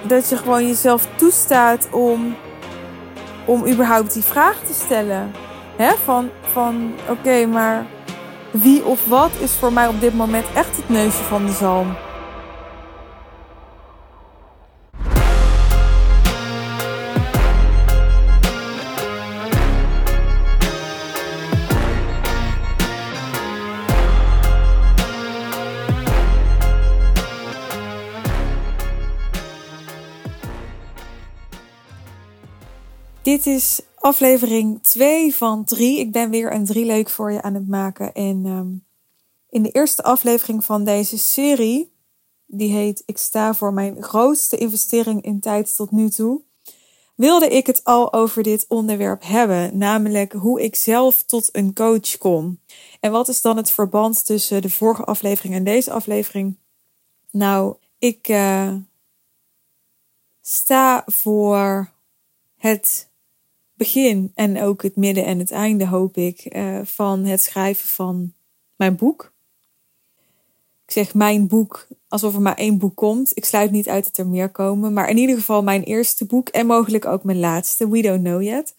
dat je gewoon jezelf toestaat om überhaupt die vraag te stellen. Van oké, maar wie of wat is voor mij op dit moment echt het neusje van de zalm? Dit is aflevering 2 van 3. Ik ben weer een 3 leuk voor je aan het maken. En in de eerste aflevering van deze serie, die heet Ik sta voor mijn grootste investering in tijd tot nu toe, wilde ik het al over dit onderwerp hebben. Namelijk hoe ik zelf tot een coach kom. En wat is dan het verband tussen de vorige aflevering en deze aflevering? Nou, ik sta voor het begin en ook het midden en het einde, hoop ik, van het schrijven van mijn boek. Ik zeg mijn boek alsof er maar 1 boek komt. Ik sluit niet uit dat er meer komen. Maar in ieder geval mijn eerste boek en mogelijk ook mijn laatste. We don't know yet.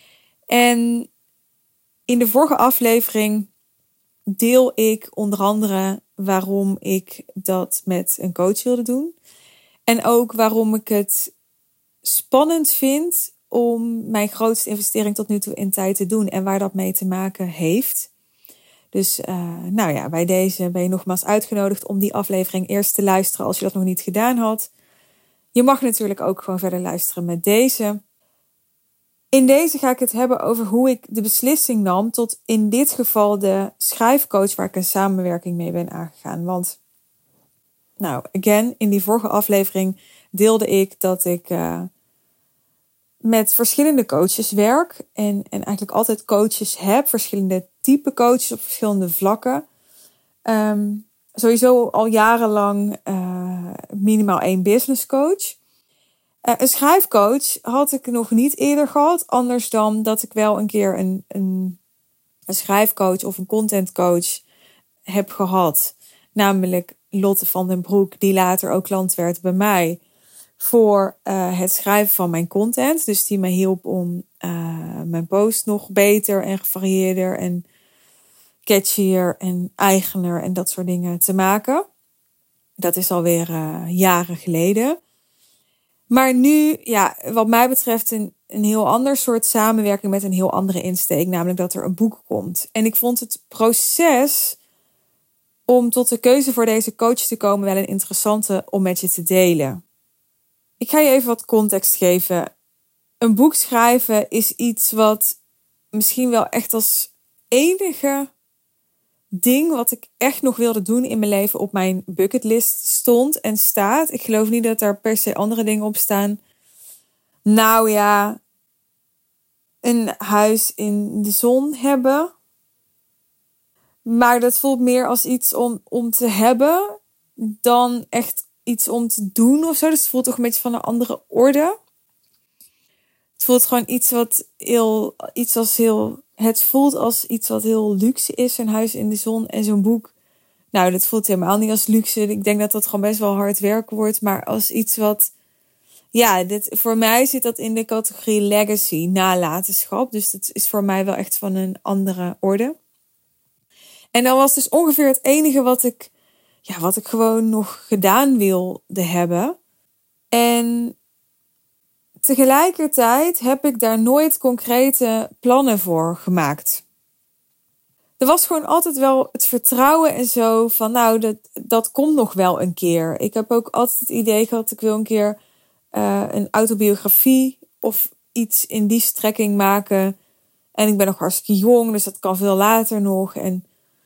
En in de vorige aflevering deel ik onder andere waarom ik dat met een coach wilde doen. En ook waarom ik het spannend vind om mijn grootste investering tot nu toe in tijd te doen en waar dat mee te maken heeft. Dus bij deze ben je nogmaals uitgenodigd om die aflevering eerst te luisteren als je dat nog niet gedaan had. Je mag natuurlijk ook gewoon verder luisteren met deze. In deze ga ik het hebben over hoe ik de beslissing nam tot in dit geval de schrijfcoach waar ik een samenwerking mee ben aangegaan. Want, in die vorige aflevering deelde ik dat ik met verschillende coaches werk en eigenlijk altijd coaches heb, verschillende type coaches op verschillende vlakken. Sowieso al jarenlang minimaal 1 business coach. Een schrijfcoach had ik nog niet eerder gehad, anders dan dat ik wel een keer een schrijfcoach of een contentcoach heb gehad. Namelijk Lotte van den Broek, die later ook klant werd bij mij voor het schrijven van mijn content. Dus die me hielp om mijn post nog beter en gevarieerder en catchier en eigener en dat soort dingen te maken. Dat is alweer jaren geleden. Maar nu, wat mij betreft een heel ander soort samenwerking met een heel andere insteek. Namelijk dat er een boek komt. En ik vond het proces om tot de keuze voor deze coach te komen wel een interessante om met je te delen. Ik ga je even wat context geven. Een boek schrijven is iets wat misschien wel echt als enige ding wat ik echt nog wilde doen in mijn leven op mijn bucketlist stond en staat. Ik geloof niet dat daar per se andere dingen op staan. Nou ja, een huis in de zon hebben. Maar dat voelt meer als iets om te hebben dan echt iets om te doen of zo. Dus het voelt toch een beetje van een andere orde. Het voelt gewoon het voelt als iets wat heel luxe is. Een huis in de zon en zo'n boek. Nou, dat voelt helemaal niet als luxe. Ik denk dat dat gewoon best wel hard werken wordt. Maar als iets wat... voor mij zit dat in de categorie legacy, nalatenschap. Dus dat is voor mij wel echt van een andere orde. En dat was dus ongeveer het enige wat ik gewoon nog gedaan wilde hebben. En tegelijkertijd heb ik daar nooit concrete plannen voor gemaakt. Er was gewoon altijd wel het vertrouwen en zo van dat komt nog wel een keer. Ik heb ook altijd het idee gehad, ik wil een keer een autobiografie of iets in die strekking maken. En ik ben nog hartstikke jong, dus dat kan veel later nog. En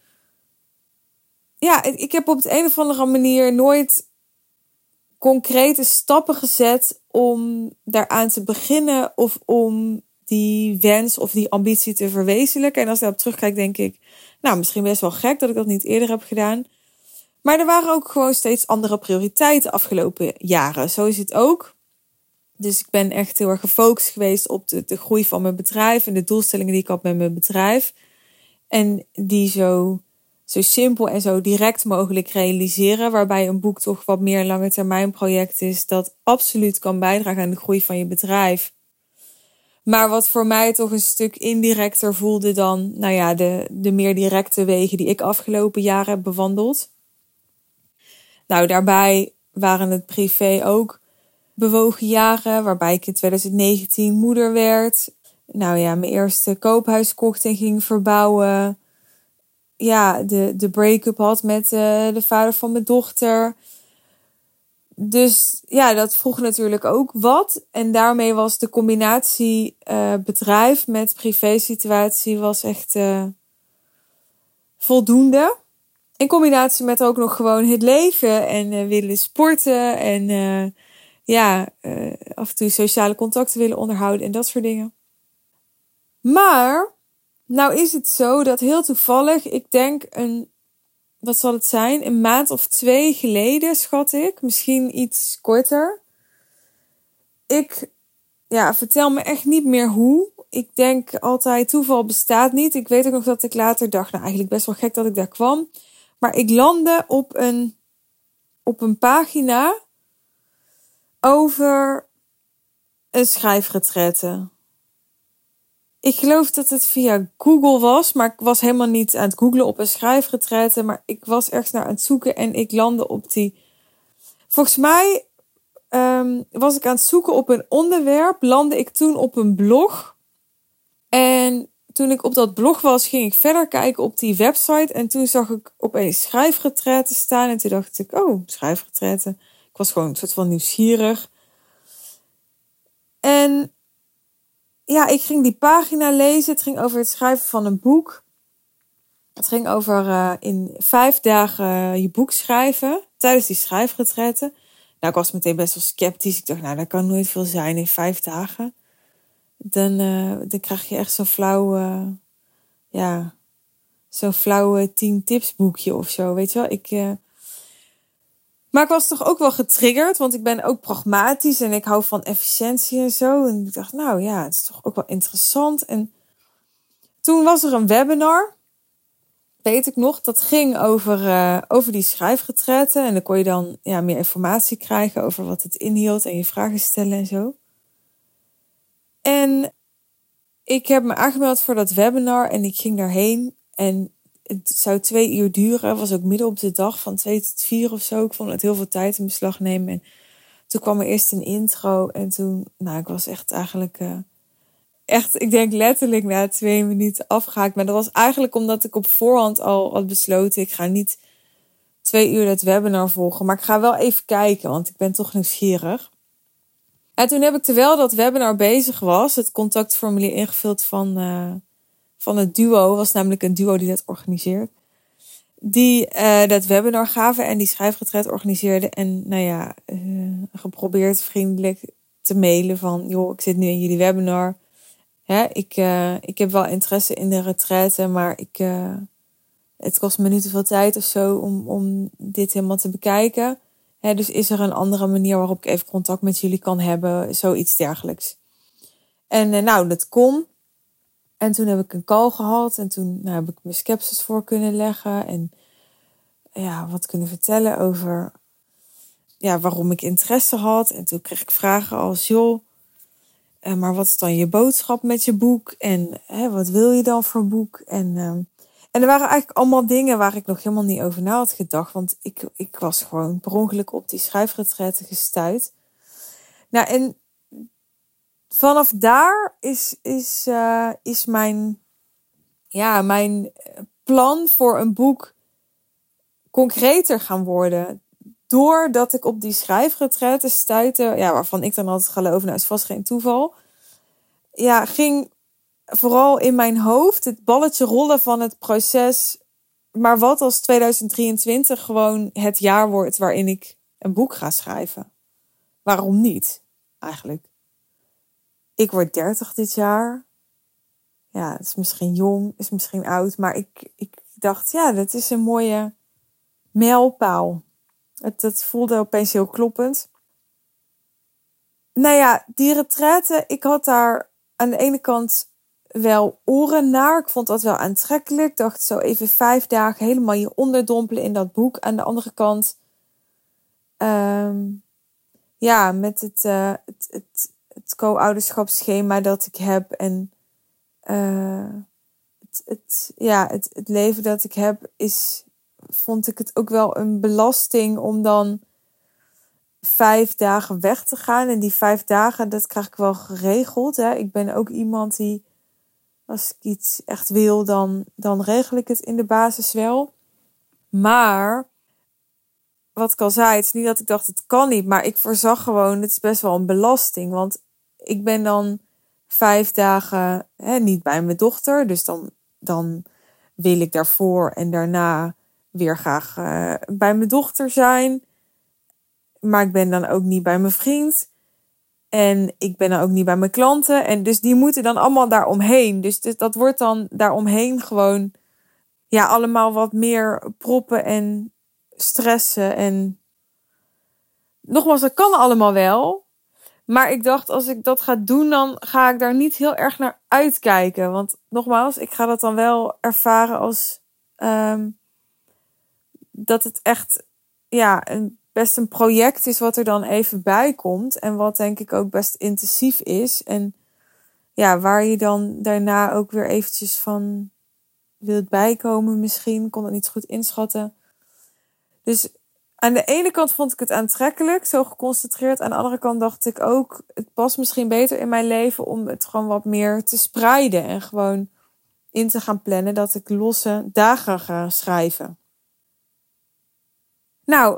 ik heb op de een of andere manier nooit concrete stappen gezet om daaraan te beginnen of om die wens of die ambitie te verwezenlijken. En als ik daarop terugkijk, denk ik, misschien best wel gek dat ik dat niet eerder heb gedaan. Maar er waren ook gewoon steeds andere prioriteiten afgelopen jaren. Zo is het ook. Dus ik ben echt heel erg gefocust geweest op de groei van mijn bedrijf en de doelstellingen die ik had met mijn bedrijf. En die zo zo simpel en zo direct mogelijk realiseren. Waarbij een boek toch wat meer een lange termijn project is. Dat absoluut kan bijdragen aan de groei van je bedrijf. Maar wat voor mij toch een stuk indirecter voelde dan de meer directe wegen die ik afgelopen jaren heb bewandeld. Nou, daarbij waren het privé ook bewogen jaren. Waarbij ik in 2019 moeder werd. Nou ja, mijn eerste koophuis kocht en ging verbouwen. Ja, de break-up had met de vader van mijn dochter. Dus ja, dat vroeg natuurlijk ook wat. En daarmee was de combinatie bedrijf met privé-situatie was echt voldoende. In combinatie met ook nog gewoon het leven en willen sporten. En af en toe sociale contacten willen onderhouden en dat soort dingen. Maar nou is het zo dat heel toevallig, ik denk wat zal het zijn? Een maand of 2 geleden, schat ik. Misschien iets korter. Ik vertel me echt niet meer hoe. Ik denk altijd, toeval bestaat niet. Ik weet ook nog dat ik later dacht, nou eigenlijk best wel gek dat ik daar kwam. Maar ik landde op een pagina over een schrijfretraite. Ik geloof dat het via Google was, maar ik was helemaal niet aan het googlen op een schrijfretraite. Maar ik was ergens naar aan het zoeken en ik landde op die. Volgens mij was ik aan het zoeken op een onderwerp, landde ik toen op een blog. En toen ik op dat blog was, ging ik verder kijken op die website. En toen zag ik opeens schrijfretraite staan. En toen dacht ik, oh, schrijfretraite. Ik was gewoon een soort van nieuwsgierig. En ja, ik ging die pagina lezen. Het ging over het schrijven van een boek. Het ging over in 5 dagen je boek schrijven. Tijdens die schrijfretraite. Nou, ik was meteen best wel sceptisch. Ik dacht, nou, dat kan nooit veel zijn in 5 dagen. Dan krijg je echt zo'n flauw 10 tips boekje of zo, weet je wel. Maar ik was toch ook wel getriggerd, want ik ben ook pragmatisch en ik hou van efficiëntie en zo. En ik dacht, nou ja, het is toch ook wel interessant. En toen was er een webinar, weet ik nog, dat ging over die schrijfretraite. En dan kon je dan meer informatie krijgen over wat het inhield en je vragen stellen en zo. En ik heb me aangemeld voor dat webinar en ik ging daarheen. En het zou 2 uur duren. Het was ook midden op de dag van 2 tot 4 of zo. Ik vond het heel veel tijd in beslag nemen. En toen kwam er eerst een intro. En toen, ik was echt eigenlijk... ik denk letterlijk na 2 minuten afgehaakt. Maar dat was eigenlijk omdat ik op voorhand al had besloten. Ik ga niet 2 uur het webinar volgen. Maar ik ga wel even kijken, want ik ben toch nieuwsgierig. En toen heb ik, terwijl dat webinar bezig was, het contactformulier ingevuld van het duo. Was namelijk een duo die dat organiseert. Die dat webinar gaven en die schrijfretreat organiseerde. En geprobeerd vriendelijk te mailen van, joh, ik zit nu in jullie webinar. Ik heb wel interesse in de retraite, maar het kost me niet te veel tijd of zo om dit helemaal te bekijken. Dus is er een andere manier waarop ik even contact met jullie kan hebben? Zoiets dergelijks. En dat kon. En toen heb ik een call gehad. En toen heb ik mijn sceptisch voor kunnen leggen. En wat kunnen vertellen over waarom ik interesse had. En toen kreeg ik vragen als, joh, maar wat is dan je boodschap met je boek? En wat wil je dan voor boek? En er waren eigenlijk allemaal dingen waar ik nog helemaal niet over na had gedacht. Want ik was gewoon per ongeluk op die schrijfretraite gestuit. Nou, en vanaf daar is mijn plan voor een boek concreter gaan worden. Doordat ik op die schrijfretraite stuitte, waarvan ik dan altijd geloof, nou is vast geen toeval. Ging vooral in mijn hoofd het balletje rollen van het proces. Maar wat als 2023 gewoon het jaar wordt waarin ik een boek ga schrijven? Waarom niet, eigenlijk? Ik word 30 dit jaar. Ja, het is misschien jong, is misschien oud. Maar ik dacht, dat is een mooie mijlpaal. Het voelde opeens heel kloppend. Nou ja, die retraite, ik had daar aan de ene kant wel oren naar. Ik vond dat wel aantrekkelijk. Ik dacht zo even 5 dagen helemaal je onderdompelen in dat boek. Aan de andere kant, met het co-ouderschapsschema dat ik heb en het leven dat ik heb, vond ik het ook wel een belasting om dan 5 dagen weg te gaan. En die 5 dagen, dat krijg ik wel geregeld. Hè. Ik ben ook iemand die, als ik iets echt wil, dan regel ik het in de basis wel. Maar, wat ik al zei, het is niet dat ik dacht, het kan niet. Maar ik voorzag gewoon, het is best wel een belasting. Want ik ben dan 5 dagen niet bij mijn dochter. Dus dan wil ik daarvoor en daarna weer graag bij mijn dochter zijn. Maar ik ben dan ook niet bij mijn vriend. En ik ben dan ook niet bij mijn klanten. En dus die moeten dan allemaal daaromheen. Dus dat wordt dan daaromheen gewoon allemaal wat meer proppen en stressen. En nogmaals, dat kan allemaal wel. Maar ik dacht, als ik dat ga doen, dan ga ik daar niet heel erg naar uitkijken. Want nogmaals, ik ga dat dan wel ervaren als dat het echt best een project is wat er dan even bij komt. En wat denk ik ook best intensief is. En waar je dan daarna ook weer eventjes van wilt bijkomen misschien. Kon het niet goed inschatten. Dus aan de ene kant vond ik het aantrekkelijk, zo geconcentreerd. Aan de andere kant dacht ik ook, het past misschien beter in mijn leven om het gewoon wat meer te spreiden. En gewoon in te gaan plannen dat ik losse dagen ga schrijven. Nou,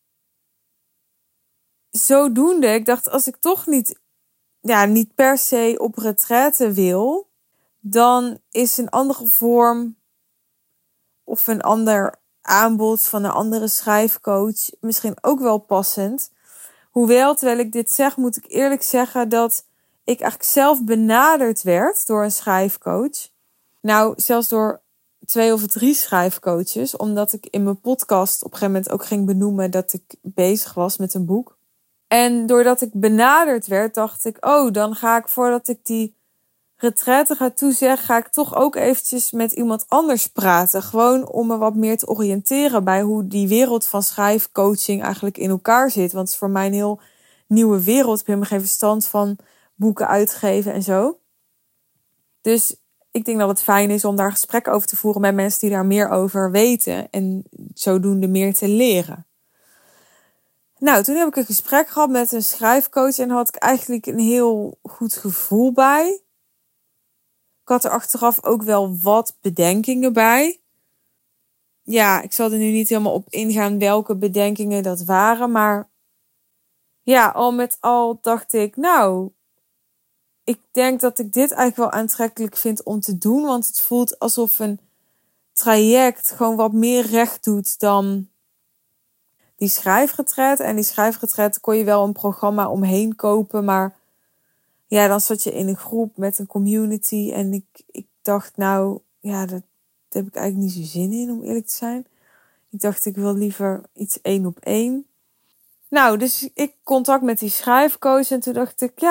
zodoende, ik dacht, als ik toch niet per se op retraite wil, dan is een andere vorm of een ander aanbod van een andere schrijfcoach misschien ook wel passend. Hoewel, terwijl ik dit zeg, moet ik eerlijk zeggen dat ik eigenlijk zelf benaderd werd door een schrijfcoach. Nou, zelfs door 2 of 3 schrijfcoaches, omdat ik in mijn podcast op een gegeven moment ook ging benoemen dat ik bezig was met een boek. En doordat ik benaderd werd, dacht ik, dan ga ik voordat ik die retraite ga toezeggen, ga ik toch ook eventjes met iemand anders praten. Gewoon om me wat meer te oriënteren bij hoe die wereld van schrijfcoaching eigenlijk in elkaar zit. Want het is voor mij een heel nieuwe wereld. Ik heb helemaal geen verstand van boeken uitgeven en zo. Dus ik denk dat het fijn is om daar gesprekken over te voeren met mensen die daar meer over weten. En zodoende meer te leren. Nou, toen heb ik een gesprek gehad met een schrijfcoach en had ik eigenlijk een heel goed gevoel bij. Ik had er achteraf ook wel wat bedenkingen bij. Ja, ik zal er nu niet helemaal op ingaan welke bedenkingen dat waren. Maar al met al dacht ik, ik denk dat ik dit eigenlijk wel aantrekkelijk vind om te doen. Want het voelt alsof een traject gewoon wat meer recht doet dan die schrijfretraite. En die schrijfretraite kon je wel een programma omheen kopen. Maar dan zat je in een groep met een community. En ik dacht, daar heb ik eigenlijk niet zo zin in, om eerlijk te zijn. Ik dacht, ik wil liever iets 1 op 1. Nou, dus ik contact met die schrijfcoach. En toen dacht ik,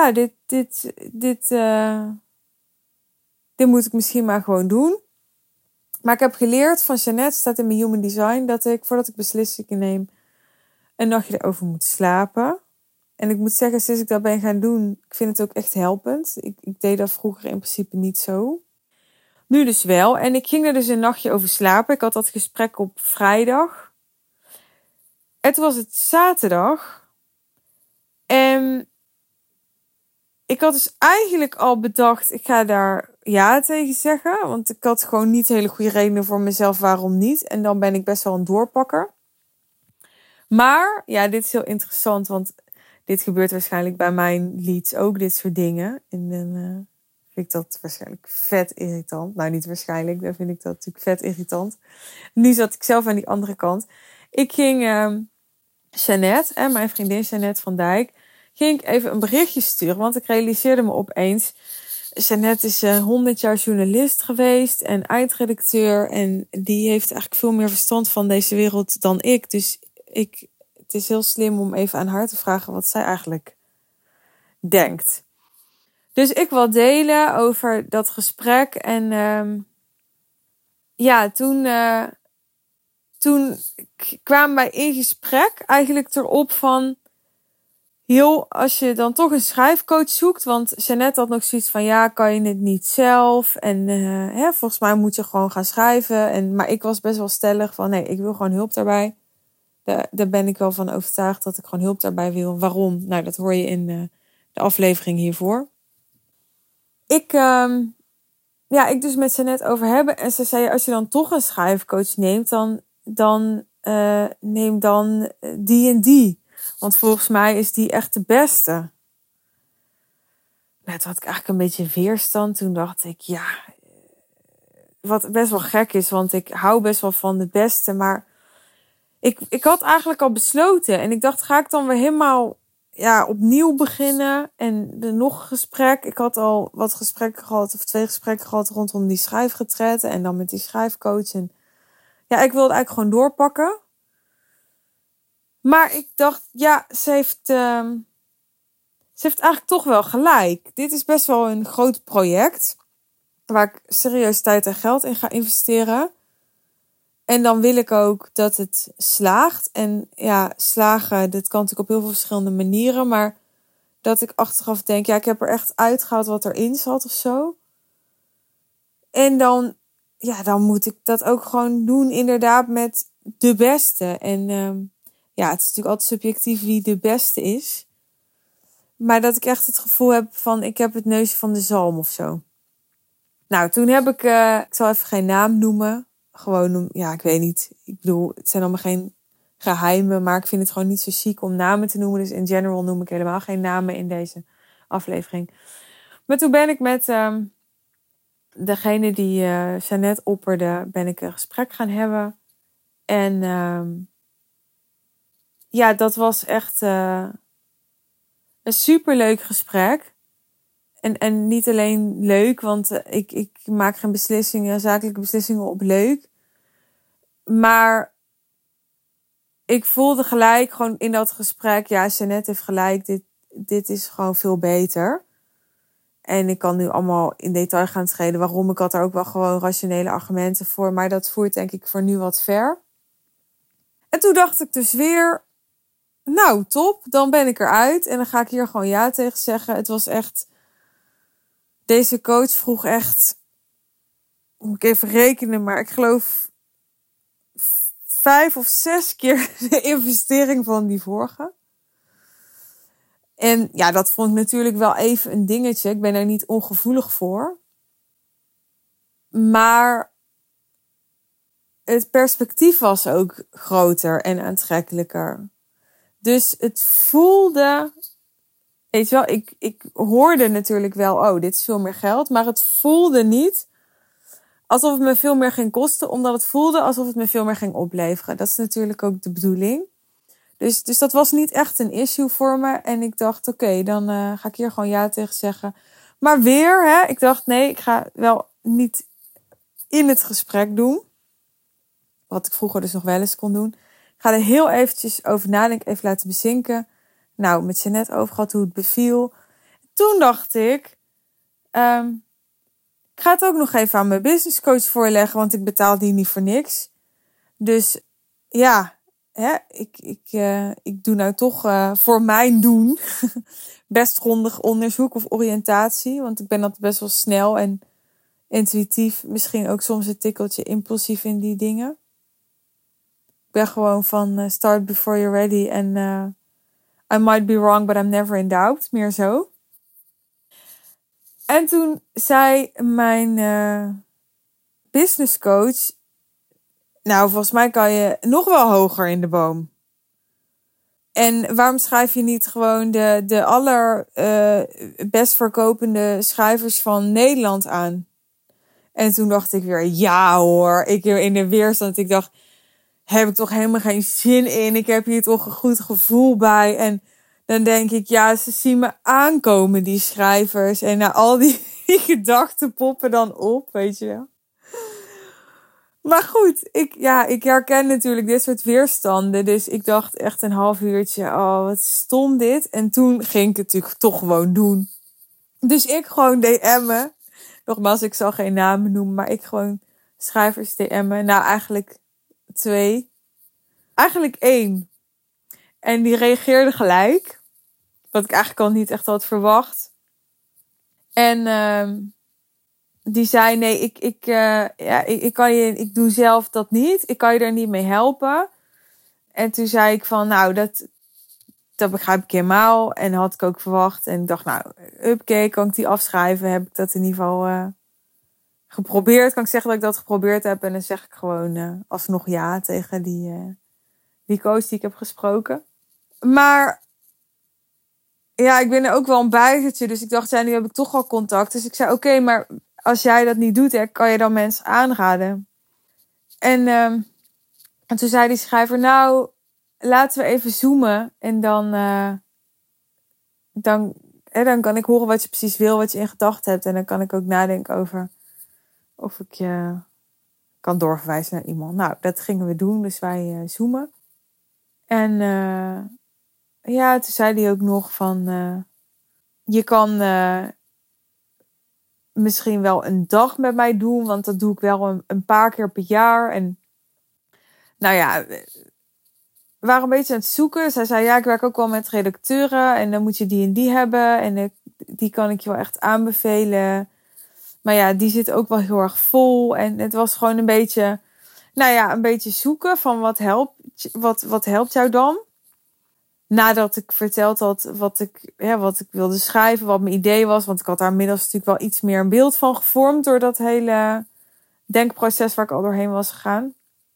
dit moet ik misschien maar gewoon doen. Maar ik heb geleerd van Jeannette, staat in mijn Human Design, dat ik, voordat ik beslissingen neem, een nachtje erover moet slapen. En ik moet zeggen, sinds ik dat ben gaan doen, ik vind het ook echt helpend. Ik deed dat vroeger in principe niet zo. Nu dus wel. En ik ging er dus een nachtje over slapen. Ik had dat gesprek op vrijdag. En toen was het zaterdag. En ik had dus eigenlijk al bedacht, ik ga daar ja tegen zeggen. Want ik had gewoon niet hele goede redenen voor mezelf waarom niet. En dan ben ik best wel een doorpakker. Maar, dit is heel interessant, want dit gebeurt waarschijnlijk bij mijn leads ook, dit soort dingen. En dan vind ik dat waarschijnlijk vet irritant. Nou, niet waarschijnlijk, dan vind ik dat natuurlijk vet irritant. Nu zat ik zelf aan die andere kant. Ik ging Jeannette, mijn vriendin Jeannette van Dijk, ging ik even een berichtje sturen. Want ik realiseerde me opeens, Jeannette is 100 jaar journalist geweest en eindredacteur. En die heeft eigenlijk veel meer verstand van deze wereld dan ik. Dus het is heel slim om even aan haar te vragen wat zij eigenlijk denkt. Dus ik wil delen over dat gesprek. En toen kwamen wij in gesprek eigenlijk erop van... Heel, als je dan toch een schrijfcoach zoekt... Want Jeannette had nog zoiets van... Ja, kan je het niet zelf? En volgens mij moet je gewoon gaan schrijven. Maar ik was best wel stellig van... Nee, ik wil gewoon hulp daarbij. Daar ben ik wel van overtuigd dat ik gewoon hulp daarbij wil. Waarom? Nou, dat hoor je in de aflevering hiervoor. Ik dus met Jeannette over hebben. En ze zei, als je dan toch een schrijfcoach neemt... dan neem dan die en die. Want volgens mij is die echt de beste. Nou, toen had ik eigenlijk een beetje weerstand. Toen dacht ik, ja... Wat best wel gek is, want ik hou best wel van de beste. Maar ik had eigenlijk al besloten. En ik dacht, ga ik dan weer helemaal opnieuw beginnen? En nog een gesprek. Ik had al wat gesprekken gehad, of 2 gesprekken gehad rondom die schrijfretretten. En dan met die schrijfcoach. En ja, ik wilde eigenlijk gewoon doorpakken. Maar ik dacht, ja, ze heeft eigenlijk toch wel gelijk. Dit is best wel een groot project. Waar ik serieus tijd en geld in ga investeren. En dan wil ik ook dat het slaagt. En ja, slagen, dat kan natuurlijk op heel veel verschillende manieren. Maar dat ik achteraf denk, ja, ik heb er echt uitgehaald wat erin zat of zo. En dan moet ik dat ook gewoon doen inderdaad met de beste. En het is natuurlijk altijd subjectief wie de beste is. Maar dat ik echt het gevoel heb van, ik heb het neusje van de zalm of zo. Nou, toen heb ik zal even geen naam noemen. Gewoon, ik weet niet. Ik bedoel, het zijn allemaal geen geheimen. Maar ik vind het gewoon niet zo chic om namen te noemen. Dus in general noem ik helemaal geen namen in deze aflevering. Maar toen ben ik met degene die Jeannette opperde, ben ik een gesprek gaan hebben. En dat was echt een superleuk gesprek. En niet alleen leuk, want ik maak geen zakelijke beslissingen op leuk. Maar ik voelde gelijk gewoon in dat gesprek, ja, Jeannette heeft gelijk, dit is gewoon veel beter. En ik kan nu allemaal in detail gaan treden waarom. Ik had daar ook wel gewoon rationele argumenten voor, maar dat voert denk ik voor nu wat ver. En toen dacht ik dus weer, nou top, dan ben ik eruit en dan ga ik hier gewoon ja tegen zeggen. Het was echt... Deze coach vroeg echt, moet ik even rekenen, maar ik geloof 5 of 6 keer de investering van die vorige. En ja, dat vond ik natuurlijk wel even een dingetje. Ik ben er niet ongevoelig voor. Maar het perspectief was ook groter en aantrekkelijker. Dus het voelde... Weet je wel, ik hoorde natuurlijk wel, oh, dit is veel meer geld. Maar het voelde niet alsof het me veel meer ging kosten. Omdat het voelde alsof het me veel meer ging opleveren. Dat is natuurlijk ook de bedoeling. Dus dat was niet echt een issue voor me. En ik dacht, oké, dan ga ik hier gewoon ja tegen zeggen. Maar weer, ik dacht, nee, ik ga wel niet in het gesprek doen. Wat ik vroeger dus nog wel eens kon doen. Ik ga er heel eventjes over nadenken, even laten bezinken. Nou, met Jeannette over gehad hoe het beviel. Toen dacht ik, ik ga het ook nog even aan mijn businesscoach voorleggen, want ik betaal die niet voor niks. Dus ja, ik doe nou toch voor mijn doen best grondig onderzoek of oriëntatie. Want ik ben altijd best wel snel en intuïtief. Misschien ook soms een tikkeltje impulsief in die dingen. Ik ben gewoon van start before you're ready en I might be wrong, but I'm never in doubt. Meer zo. En toen zei mijn business coach, nou, volgens mij kan je nog wel hoger in de boom. En waarom schrijf je niet gewoon de best verkopende schrijvers van Nederland aan? En toen dacht ik weer, ja hoor, ik weer in de weerstand. Ik dacht, heb ik toch helemaal geen zin in. Ik heb hier toch een goed gevoel bij. En dan denk ik, ja, ze zien me aankomen, die schrijvers. En nou, al die gedachten poppen dan op, weet je wel. Maar goed, ik herken natuurlijk dit soort weerstanden. Dus ik dacht echt een half uurtje, oh, wat stom dit. En toen ging ik het natuurlijk toch gewoon doen. Dus ik gewoon DM'en. Nogmaals, ik zal geen namen noemen, maar ik gewoon schrijvers DM'en. Nou, eigenlijk 2. Eigenlijk 1. En die reageerde gelijk. Wat ik eigenlijk al niet echt had verwacht. En die zei, nee, ik doe zelf dat niet. Ik kan je er niet mee helpen. En toen zei ik van, nou, dat begrijp ik helemaal. En had ik ook verwacht. En ik dacht, nou, oké, kan ik die afschrijven? Heb ik dat in ieder geval geprobeerd? Kan ik zeggen dat ik dat geprobeerd heb? En dan zeg ik gewoon alsnog ja tegen die coach die ik heb gesproken. Maar ja, ik ben er ook wel een bijzetje. Dus ik dacht, ja, nu heb ik toch al contact. Dus ik zei, oké, maar als jij dat niet doet, hè, kan je dan mensen aanraden? En toen zei die schrijver, nou, laten we even zoomen. En dan kan ik horen wat je precies wil, wat je in gedachten hebt. En dan kan ik ook nadenken over of ik je kan doorverwijzen naar iemand. Nou, dat gingen we doen. Dus wij zoomen. En ja, toen zei hij ook nog van, je kan misschien wel een dag met mij doen. Want dat doe ik wel een paar keer per jaar. En nou ja, we waren een beetje aan het zoeken. Zij zei, ja, ik werk ook wel met redacteuren. En dan moet je die en die hebben. En die kan ik je wel echt aanbevelen. Maar ja, die zit ook wel heel erg vol. En het was gewoon een beetje, nou ja, een beetje zoeken van wat helpt jou dan? Nadat ik verteld had wat ik wilde schrijven, wat mijn idee was. Want ik had daar inmiddels natuurlijk wel iets meer een beeld van gevormd door dat hele denkproces waar ik al doorheen was gegaan.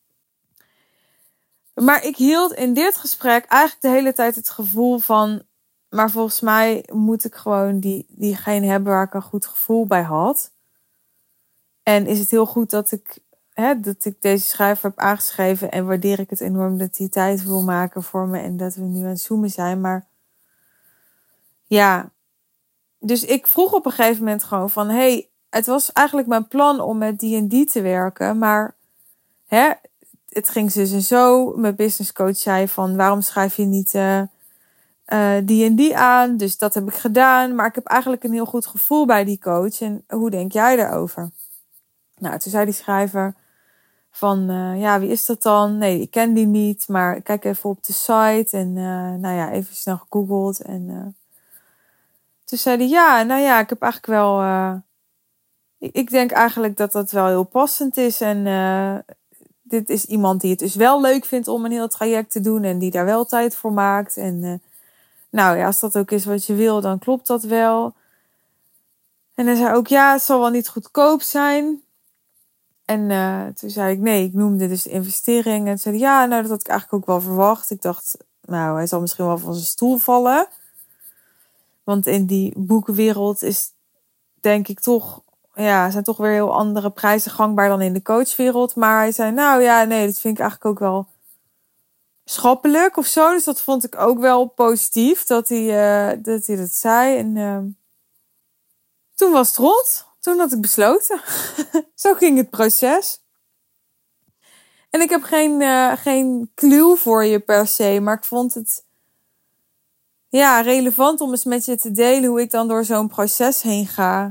Maar ik hield in dit gesprek eigenlijk de hele tijd het gevoel van, maar volgens mij moet ik gewoon diegene hebben waar ik een goed gevoel bij had. En is het heel goed dat ik deze schrijver heb aangeschreven. En waardeer ik het enorm dat hij tijd wil maken voor me. En dat we nu aan het zoomen zijn. Maar ja, dus ik vroeg op een gegeven moment gewoon van, hey, het was eigenlijk mijn plan om met die en die te werken. Maar het ging zus en zo. Mijn businesscoach zei van, waarom schrijf je niet die en die aan? Dus dat heb ik gedaan. Maar ik heb eigenlijk een heel goed gevoel bij die coach. En hoe denk jij daarover? Nou, toen zei die schrijver van, ja, wie is dat dan? Nee, ik ken die niet, maar kijk even op de site. En nou ja, even snel gegoogeld. En toen zei hij, ja, nou ja, ik heb eigenlijk wel, ik denk eigenlijk dat dat wel heel passend is. En dit is iemand die het dus wel leuk vindt om een heel traject te doen. En die daar wel tijd voor maakt. En nou ja, als dat ook is wat je wil, dan klopt dat wel. En hij zei ook, ja, het zal wel niet goedkoop zijn. En toen zei ik, nee, ik noemde dus de investering. En toen zei hij, ja, nou, dat had ik eigenlijk ook wel verwacht. Ik dacht, nou, hij zal misschien wel van zijn stoel vallen. Want in die boekenwereld is, denk ik toch, ja, zijn toch weer heel andere prijzen gangbaar dan in de coachwereld. Maar hij zei, nou ja, nee, dat vind ik eigenlijk ook wel schappelijk of zo. Dus dat vond ik ook wel positief, dat hij dat zei. En toen was het rond. Toen had ik besloten. Zo ging het proces. En ik heb geen clue voor je per se. Maar ik vond het relevant om eens met je te delen hoe ik dan door zo'n proces heen ga.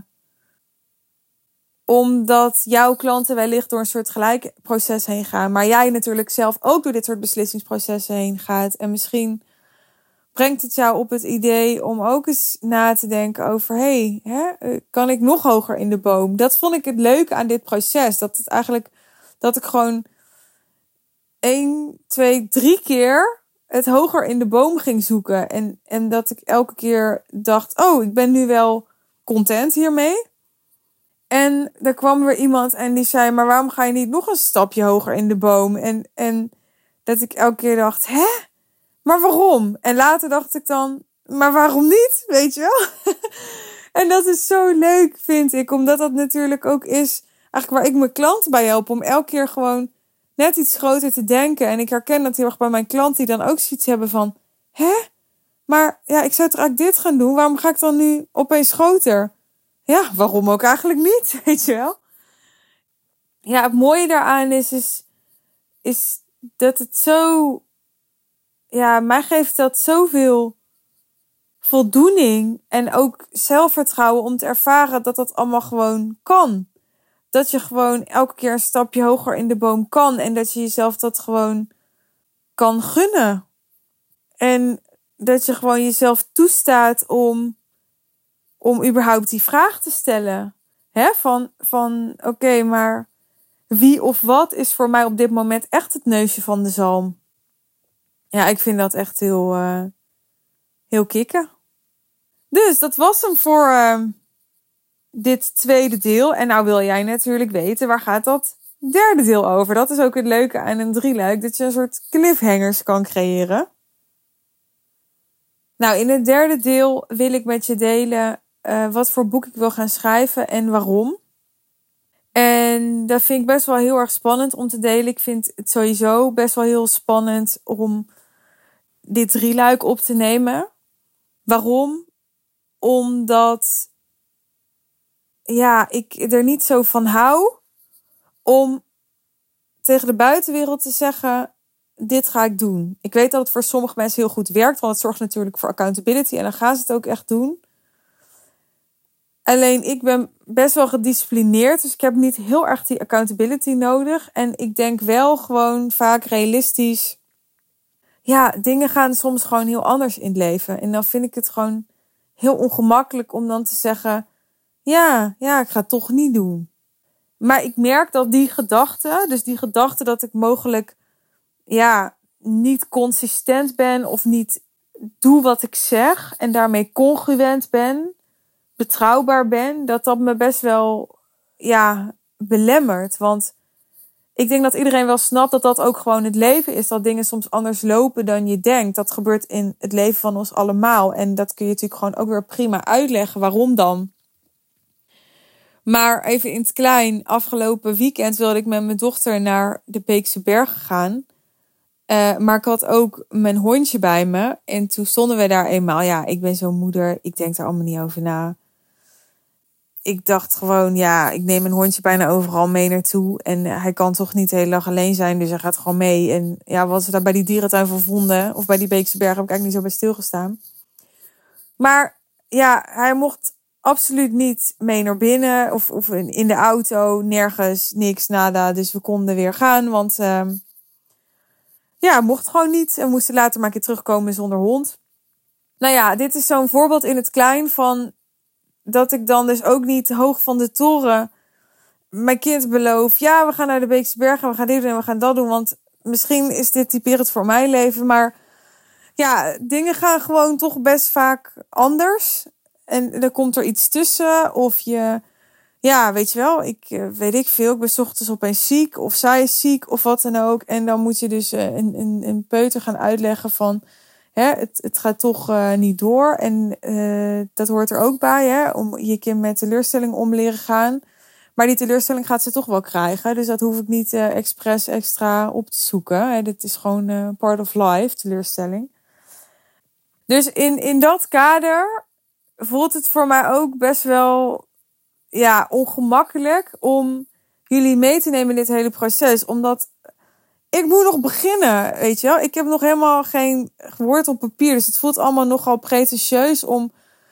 Omdat jouw klanten wellicht door een soort gelijk proces heen gaan. Maar jij natuurlijk zelf ook door dit soort beslissingsprocessen heen gaat. En misschien brengt het jou op het idee om ook eens na te denken over, kan ik nog hoger in de boom? Dat vond ik het leuke aan dit proces. Dat ik gewoon 1, 2, 3 keer het hoger in de boom ging zoeken. En dat ik elke keer dacht, oh, ik ben nu wel content hiermee. En er kwam weer iemand en die zei, maar waarom ga je niet nog een stapje hoger in de boom? En dat ik elke keer dacht, maar waarom? En later dacht ik dan, maar waarom niet? Weet je wel? En dat is zo leuk, vind ik. Omdat dat natuurlijk ook is, eigenlijk waar ik mijn klanten bij help. Om elke keer gewoon net iets groter te denken. En ik herken dat heel erg bij mijn klanten die dan ook zoiets hebben van, maar ja, ik zou toch eigenlijk dit gaan doen. Waarom ga ik dan nu opeens groter? Ja, waarom ook eigenlijk niet? Weet je wel? Ja, het mooie daaraan is dat het zo, ja, mij geeft dat zoveel voldoening en ook zelfvertrouwen om te ervaren dat dat allemaal gewoon kan. Dat je gewoon elke keer een stapje hoger in de boom kan en dat je jezelf dat gewoon kan gunnen. En dat je gewoon jezelf toestaat om überhaupt die vraag te stellen. Van oké, maar wie of wat is voor mij op dit moment echt het neusje van de zalm? Ja, ik vind dat echt heel kicken. Dus dat was hem voor dit tweede deel. En nou wil jij natuurlijk weten, waar gaat dat derde deel over? Dat is ook het leuke aan een drieluik, dat je een soort cliffhangers kan creëren. Nou, in het derde deel wil ik met je delen wat voor boek ik wil gaan schrijven en waarom. En dat vind ik best wel heel erg spannend om te delen. Ik vind het sowieso best wel heel spannend om dit drieluik op te nemen. Waarom? Omdat ik er niet zo van hou om tegen de buitenwereld te zeggen, dit ga ik doen. Ik weet dat het voor sommige mensen heel goed werkt, want het zorgt natuurlijk voor accountability en dan gaan ze het ook echt doen. Alleen ik ben best wel gedisciplineerd, dus ik heb niet heel erg die accountability nodig. En ik denk wel gewoon vaak realistisch, dingen gaan soms gewoon heel anders in het leven. En dan vind ik het gewoon heel ongemakkelijk om dan te zeggen, ik ga het toch niet doen. Maar ik merk dat die gedachte dat ik mogelijk niet consistent ben of niet doe wat ik zeg en daarmee congruent ben, betrouwbaar ben, dat me best wel belemmert. Want ik denk dat iedereen wel snapt dat dat ook gewoon het leven is. Dat dingen soms anders lopen dan je denkt. Dat gebeurt in het leven van ons allemaal. En dat kun je natuurlijk gewoon ook weer prima uitleggen. Waarom dan? Maar even in het klein. Afgelopen weekend wilde ik met mijn dochter naar de Beekse Bergen gaan. Maar ik had ook mijn hondje bij me. En toen stonden we daar eenmaal. Ja, ik ben zo'n moeder. Ik denk daar allemaal niet over na. Ik dacht gewoon, ik neem mijn hondje bijna overal mee naartoe. En hij kan toch niet de hele dag alleen zijn. Dus hij gaat gewoon mee. En wat we daar bij die dierentuin voor vonden. Of bij die Beekse Bergen heb ik eigenlijk niet zo bij stilgestaan. Maar hij mocht absoluut niet mee naar binnen. Of in de auto. Nergens, niks, nada. Dus we konden weer gaan. Want mocht gewoon niet. En moesten later maar een keer terugkomen zonder hond. Nou ja, dit is zo'n voorbeeld in het klein van dat ik dan dus ook niet hoog van de toren mijn kind beloof, we gaan naar de Beekse Bergen, we gaan dit doen en we gaan dat doen, want misschien is dit typerend voor mijn leven, maar dingen gaan gewoon toch best vaak anders. En er komt er iets tussen, of weet je wel, ik ben 's ochtends opeens ziek, of zij is ziek, of wat dan ook. En dan moet je dus een peuter gaan uitleggen van, het gaat toch niet door. En dat hoort er ook bij, om je kind met teleurstelling om leren gaan. Maar die teleurstelling gaat ze toch wel krijgen. Dus dat hoef ik niet expres extra op te zoeken. Dit is gewoon part of life, teleurstelling. Dus in dat kader voelt het voor mij ook best wel ongemakkelijk om jullie mee te nemen in dit hele proces. Omdat ik moet nog beginnen, weet je wel. Ik heb nog helemaal geen woord op papier. Dus het voelt allemaal nogal pretentieus om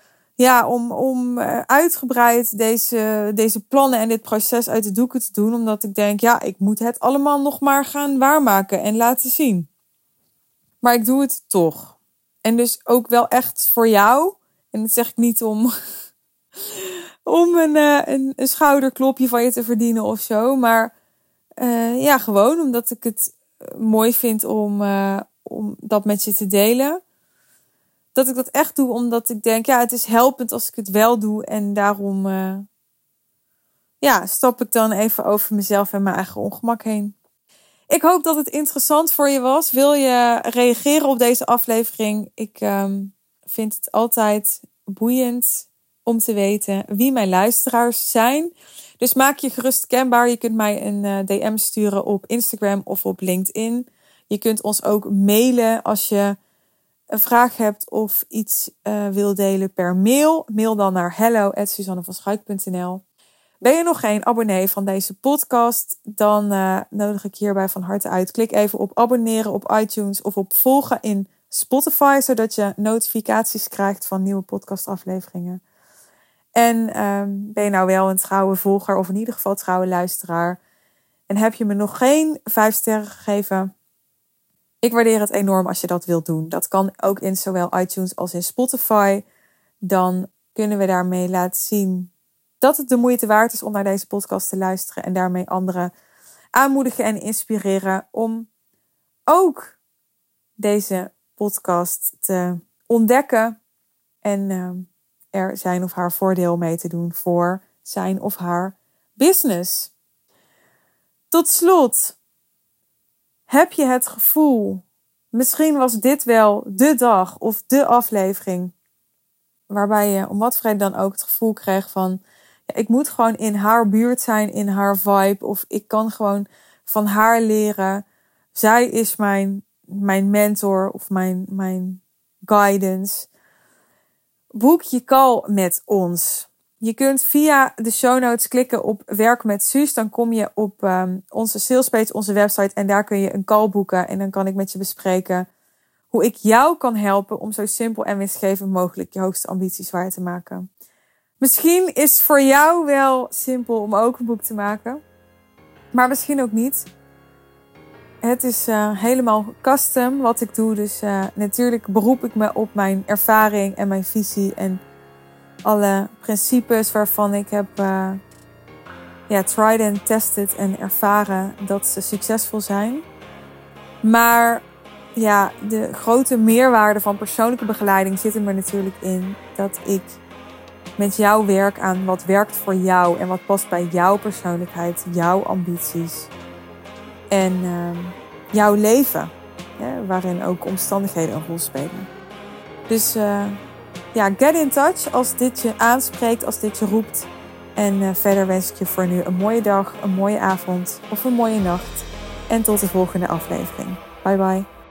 uitgebreid deze plannen en dit proces uit de doeken te doen. Omdat ik denk, ik moet het allemaal nog maar gaan waarmaken en laten zien. Maar ik doe het toch. En dus ook wel echt voor jou. En dat zeg ik niet om een schouderklopje van je te verdienen of zo. Maar gewoon omdat ik het mooi vind om dat met je te delen. Dat ik dat echt doe omdat ik denk, het is helpend als ik het wel doe. En daarom stap ik dan even over mezelf en mijn eigen ongemak heen. Ik hoop dat het interessant voor je was. Wil je reageren op deze aflevering? Ik vind het altijd boeiend om te weten wie mijn luisteraars zijn. Dus maak je gerust kenbaar. Je kunt mij een DM sturen op Instagram of op LinkedIn. Je kunt ons ook mailen als je een vraag hebt of iets wil delen per mail. Mail dan naar hello@suzannevanschuik.nl. Ben je nog geen abonnee van deze podcast? Dan nodig ik hierbij van harte uit. Klik even op abonneren op iTunes of op volgen in Spotify, zodat je notificaties krijgt van nieuwe podcastafleveringen. En ben je nou wel een trouwe volger of in ieder geval trouwe luisteraar en heb je me nog geen 5 sterren gegeven? Ik waardeer het enorm als je dat wilt doen. Dat kan ook in zowel iTunes als in Spotify. Dan kunnen we daarmee laten zien dat het de moeite waard is om naar deze podcast te luisteren. En daarmee anderen aanmoedigen en inspireren om ook deze podcast te ontdekken. En er zijn of haar voordeel mee te doen voor zijn of haar business. Tot slot. Heb je het gevoel, misschien was dit wel de dag of de aflevering waarbij je om wat voor reden dan ook het gevoel kreeg van, ja, ik moet gewoon in haar buurt zijn, in haar vibe, of ik kan gewoon van haar leren. Zij is mijn mentor of mijn guidance. Boek je call met ons. Je kunt via de show notes klikken op Werk met Suus. Dan kom je op onze salespage, onze website. En daar kun je een call boeken. En dan kan ik met je bespreken hoe ik jou kan helpen om zo simpel en winstgevend mogelijk je hoogste ambities waar te maken. Misschien is het voor jou wel simpel om ook een boek te maken. Maar misschien ook niet. Het is helemaal custom wat ik doe. Dus natuurlijk beroep ik me op mijn ervaring en mijn visie. En alle principes waarvan ik heb tried and tested en ervaren dat ze succesvol zijn. Maar ja, de grote meerwaarde van persoonlijke begeleiding zit er natuurlijk in dat ik met jou werk aan wat werkt voor jou en wat past bij jouw persoonlijkheid, jouw ambities en jouw leven, waarin ook omstandigheden een rol spelen. Dus get in touch als dit je aanspreekt, als dit je roept. En verder wens ik je voor nu een mooie dag, een mooie avond of een mooie nacht. En tot de volgende aflevering. Bye bye.